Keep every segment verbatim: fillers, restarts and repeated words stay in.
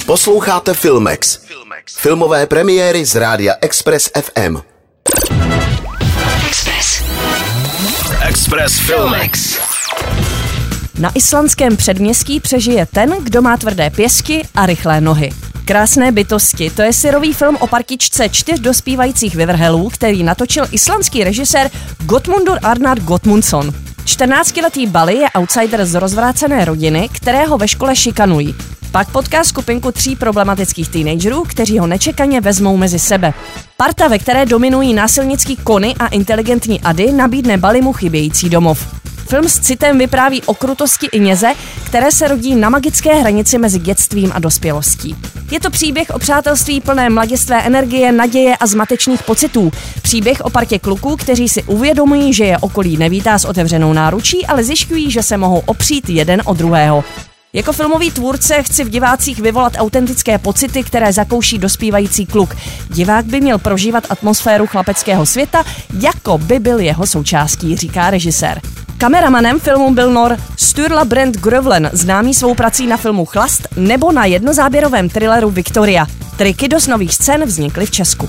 Posloucháte Filmex. Filmové premiéry z rádia Express F M. Express. Express Filmex. Na islandském předměstí přežije ten, kdo má tvrdé pěstky a rychlé nohy. Krásné bytosti, to je syrový film o partičce čtyř dospívajících vyvrhelů, který natočil islandský režisér Gottmundur Arnar Gottmundsson. čtrnáctiletý Bali je outsider z rozvrácené rodiny, kterého ve škole šikanují. Pak potká skupinku tří problematických teenagerů, kteří ho nečekaně vezmou mezi sebe. Parta, ve které dominují násilnický Kony a inteligentní Ady, nabídne Balimu chybějící domov. Film s citem vypráví o krutosti Iněze, které se rodí na magické hranici mezi dětstvím a dospělostí. Je to příběh o přátelství plné mladistvé energie, naděje a zmatečných pocitů. Příběh o partě kluků, kteří si uvědomují, že je okolí nevítá s otevřenou náručí, ale zjišťují, že se mohou opřít jeden o druhého. Jako filmový tvůrce chci v divácích vyvolat autentické pocity, které zakouší dospívající kluk. Divák by měl prožívat atmosféru chlapeckého světa, jako by byl jeho součástí, říká režisér. Kameramanem filmu byl Nor Sturla Brent Grövlen, známý svou prací na filmu Chlast nebo na jednozáběrovém thrilleru Victoria. Triky do nových scén vznikly v Česku.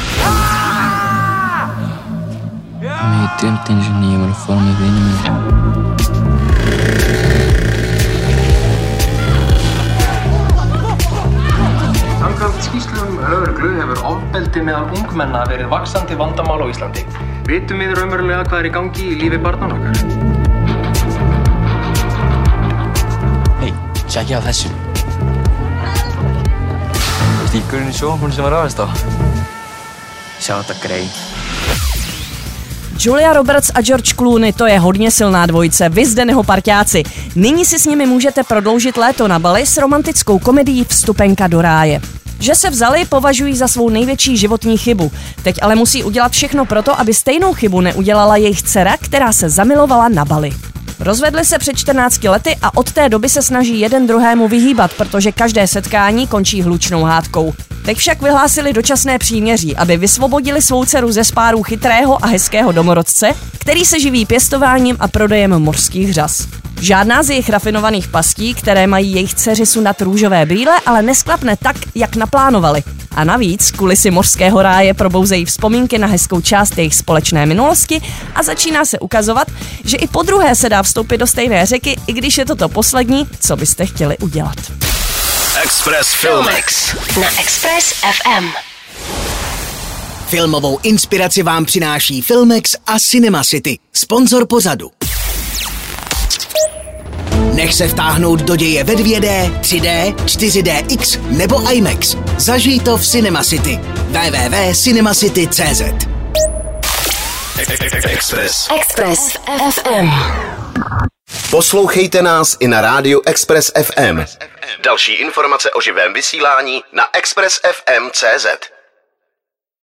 Samkvæmt skýrslum lögreglu hefur ofbeldi meðal ungmenna verið vaxandi vandamál á Íslandi. Vitum við raunverulega hvað er í gangi í lífi barnanna okkar? Hei, tjekkja á þessu. Stíkurinn í sjónvarpinu sem var ráðist á. Sjá þetta grey. Julia Roberts a George Clooney, to je hodně silná dvojice, vy zde jeho parťáci. Nyní si s nimi můžete prodloužit léto na Bali s romantickou komedií Vstupenka do ráje. Že se vzali, považují za svou největší životní chybu. Teď ale musí udělat všechno proto, aby stejnou chybu neudělala jejich dcera, která se zamilovala na Bali. Rozvedli se před čtrnácti lety a od té doby se snaží jeden druhému vyhýbat, protože každé setkání končí hlučnou hádkou. Teď však vyhlásili dočasné příměří, aby vysvobodili svou dceru ze spárů chytrého a hezkého domorodce, který se živí pěstováním a prodejem mořských řas. Žádná z jejich rafinovaných pastí, které mají jejich dceři sundat růžové brýle, ale nesklapne tak, jak naplánovali. A navíc kulisy mořského ráje probouzejí vzpomínky na hezkou část jejich společné minulosti a začíná se ukazovat, že i podruhé se dá vstoupit do stejné řeky, i když je to to poslední, co byste chtěli udělat. Express Filmex na Express F M. Filmovou inspiraci vám přináší Filmex a Cinema City, sponzor pořadu. Nech se vtáhnout do děje ve dvě dé, tři dé, čtyři dé X nebo IMAX. Zažij to v Cinema City. w w w tečka cinemacity tečka c z. Express Express F M. Poslouchejte nás i na rádiu Express F M. Další informace o živém vysílání na express f m tečka c z.